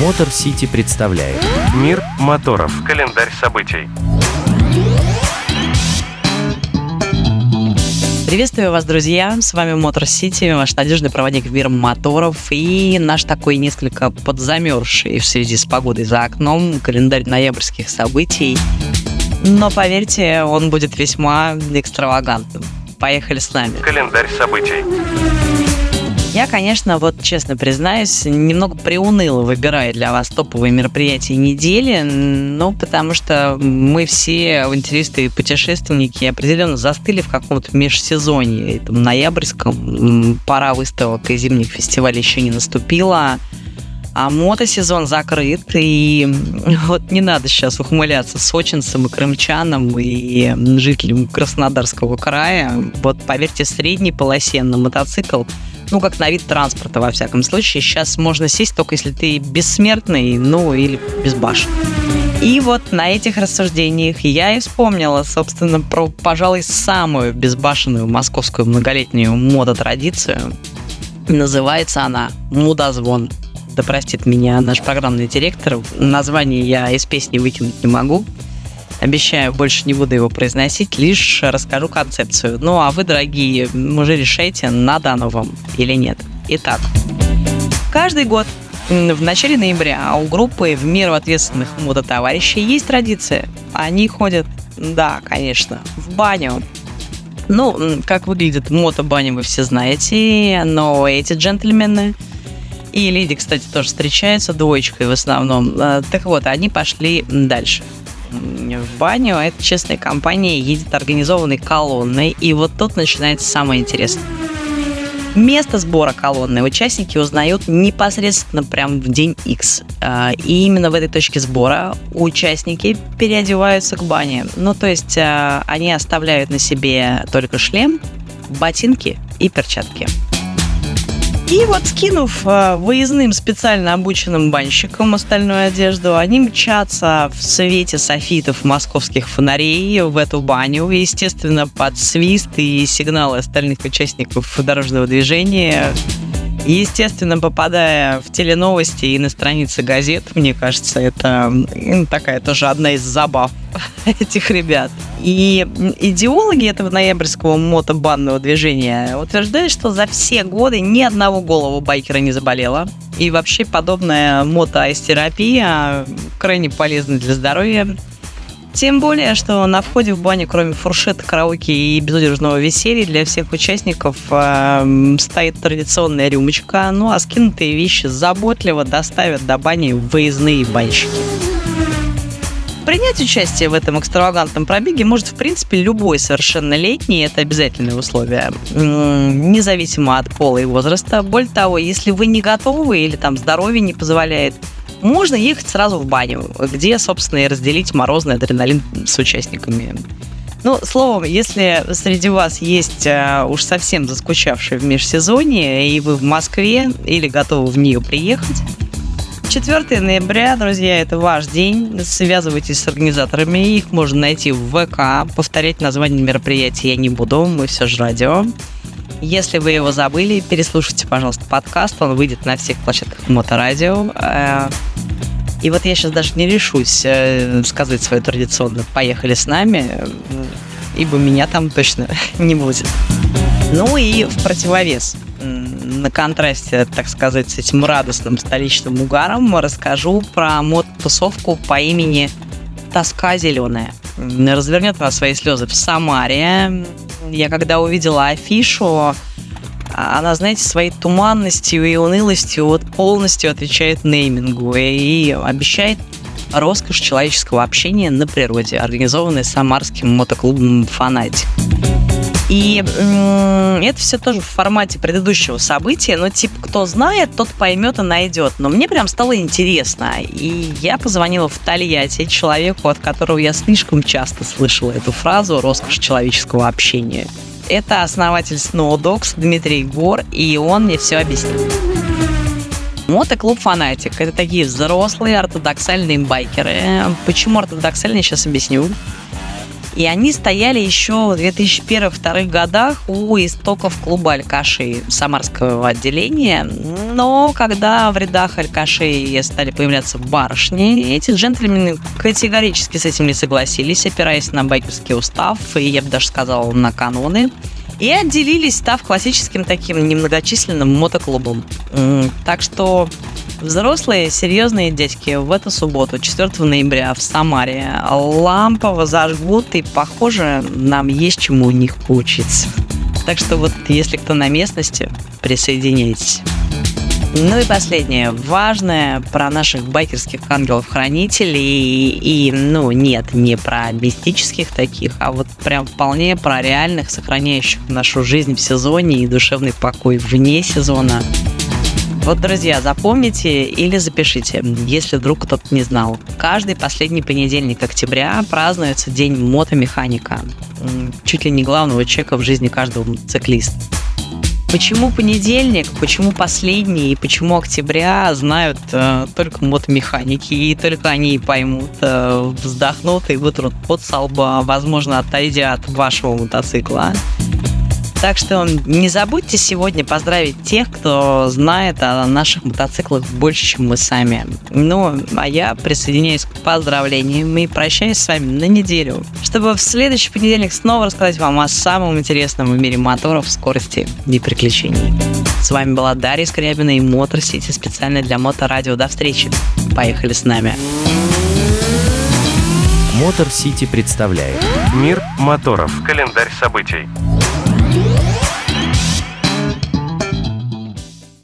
Мотор Сити представляет Мир моторов. Календарь событий. Приветствую вас, друзья! С вами Мотор Сити, ваш надежный проводник в мир моторов и наш такой несколько подзамерзший в связи с погодой за окном календарь ноябрьских событий. Но поверьте, он будет весьма экстравагантным. Поехали с нами. Календарь событий. Я, конечно, честно признаюсь, немного приуныло выбирая для вас топовые мероприятия недели, потому что мы все авантюристы и путешественники определенно застыли в каком-то межсезонье, этом ноябрьском. Пора выставок и зимних фестивалей еще не наступила, а мотосезон закрыт, и не надо сейчас ухмыляться сочинцам и крымчанам и жителям Краснодарского края. Поверьте, в средней полосе на мотоцикл, как на вид транспорта, во всяком случае, сейчас можно сесть только если ты бессмертный, или безбашенный. И на этих рассуждениях я и вспомнила, собственно, про, пожалуй, самую безбашенную московскую многолетнюю мототрадицию. Называется она «Мудозвон». Да простит меня наш программный директор. Название я из песни выкинуть не могу. Обещаю, больше не буду его произносить, лишь расскажу концепцию. А вы, дорогие, уже решайте, надо оно вам или нет. Итак, каждый год в начале ноября у группы в меру ответственных мототоварищей есть традиция. Они ходят, да, конечно, в баню. Как выглядит мотобаня, вы все знаете, но эти джентльмены и леди, кстати, тоже встречаются двоечкой в основном. Они пошли дальше. В баню эта честная компания едет организованной колонной, и тут начинается самое интересное. Место сбора колонны участники узнают непосредственно прямо в день X. И именно в этой точке сбора участники переодеваются к бане. Они оставляют на себе только шлем, ботинки и перчатки. И скинув выездным специально обученным банщикам остальную одежду, они мчатся в свете софитов московских фонарей в эту баню, естественно, под свист и сигналы остальных участников дорожного движения. Естественно, попадая в теленовости и на страницы газет, мне кажется, это такая тоже одна из забав этих ребят. И идеологи этого ноябрьского мотобанного движения утверждают, что за все годы ни одного голого байкера не заболело. И вообще подобная мотоайстерапия крайне полезна для здоровья. Тем более, что на входе в баню, кроме фуршета, караоке и безудержного веселья, для всех участников стоит традиционная рюмочка, а скинутые вещи заботливо доставят до бани выездные банщики. Принять участие в этом экстравагантном пробеге может, в принципе, любой совершеннолетний, это обязательное условие, независимо от пола и возраста. Более того, если вы не готовы или здоровье не позволяет, можно ехать сразу в баню, где, собственно, и разделить морозный адреналин с участниками. Словом, если среди вас есть уж совсем заскучавшие в межсезонье, и вы в Москве или готовы в нее приехать, 4 ноября, друзья, это ваш день. Связывайтесь с организаторами, их можно найти в ВК. Повторять название мероприятия я не буду, мы все же радио. Если вы его забыли, переслушайте, пожалуйста, подкаст, он выйдет на всех площадках Моторадио. И я сейчас даже не решусь сказать свое традиционное «поехали с нами», ибо меня там точно не будет. И в противовес, на контрасте, так сказать, с этим радостным столичным угаром, расскажу про мототусовку по имени «Тоска зеленая». Развернет вас свои слезы в Самаре. Я когда увидела афишу, она, знаете, своей туманностью и унылостью полностью отвечает неймингу и обещает роскошь человеческого общения на природе, организованной самарским мотоклубом «Фанатик». И это все тоже в формате предыдущего события, кто знает, тот поймет и найдет. Но мне прям стало интересно, и я позвонила в Тольятти человеку, от которого я слишком часто слышала эту фразу «роскошь человеческого общения». Это основатель Snow Dogs Дмитрий Гор, и он мне все объяснил. Мотоклуб «Фанатик» — это такие взрослые ортодоксальные байкеры. Почему ортодоксальные, сейчас объясню. И они стояли еще в 2001-2002 годах у истоков клуба алькашей самарского отделения. Но когда в рядах алькашей стали появляться барышни, эти джентльмены категорически с этим не согласились, опираясь на байкерский устав, и я бы даже сказала, на каноны. И отделились, став классическим таким немногочисленным мотоклубом. Так что взрослые, серьезные дядьки в эту субботу, 4 ноября в Самаре, лампово зажгут, и, похоже, нам есть чему у них поучиться. Так что вот, если кто на местности, присоединяйтесь. Ну и последнее, важное про наших байкерских ангелов-хранителей. И, нет, не про мистических таких, а вот прям вполне про реальных, сохраняющих нашу жизнь в сезоне и душевный покой вне сезона. Вот, друзья, запомните или запишите, если вдруг кто-то не знал. Каждый последний понедельник октября празднуется День мотомеханика. Чуть ли не главного чека в жизни каждого мотоциклиста. Почему понедельник, почему последний и почему октября, знают только мотомеханики, и только они поймут, вздохнут и вытрут пот со лба, возможно, отойдя от вашего мотоцикла. Так что не забудьте сегодня поздравить тех, кто знает о наших мотоциклах больше, чем мы сами. А я присоединяюсь к поздравлениям и прощаюсь с вами на неделю, чтобы в следующий понедельник снова рассказать вам о самом интересном в мире моторов, скорости и приключений. С вами была Дарья Скрябина и Мотор Сити специально для Моторадио. До встречи. Поехали с нами. Мотор Сити представляет Мир моторов. Календарь событий.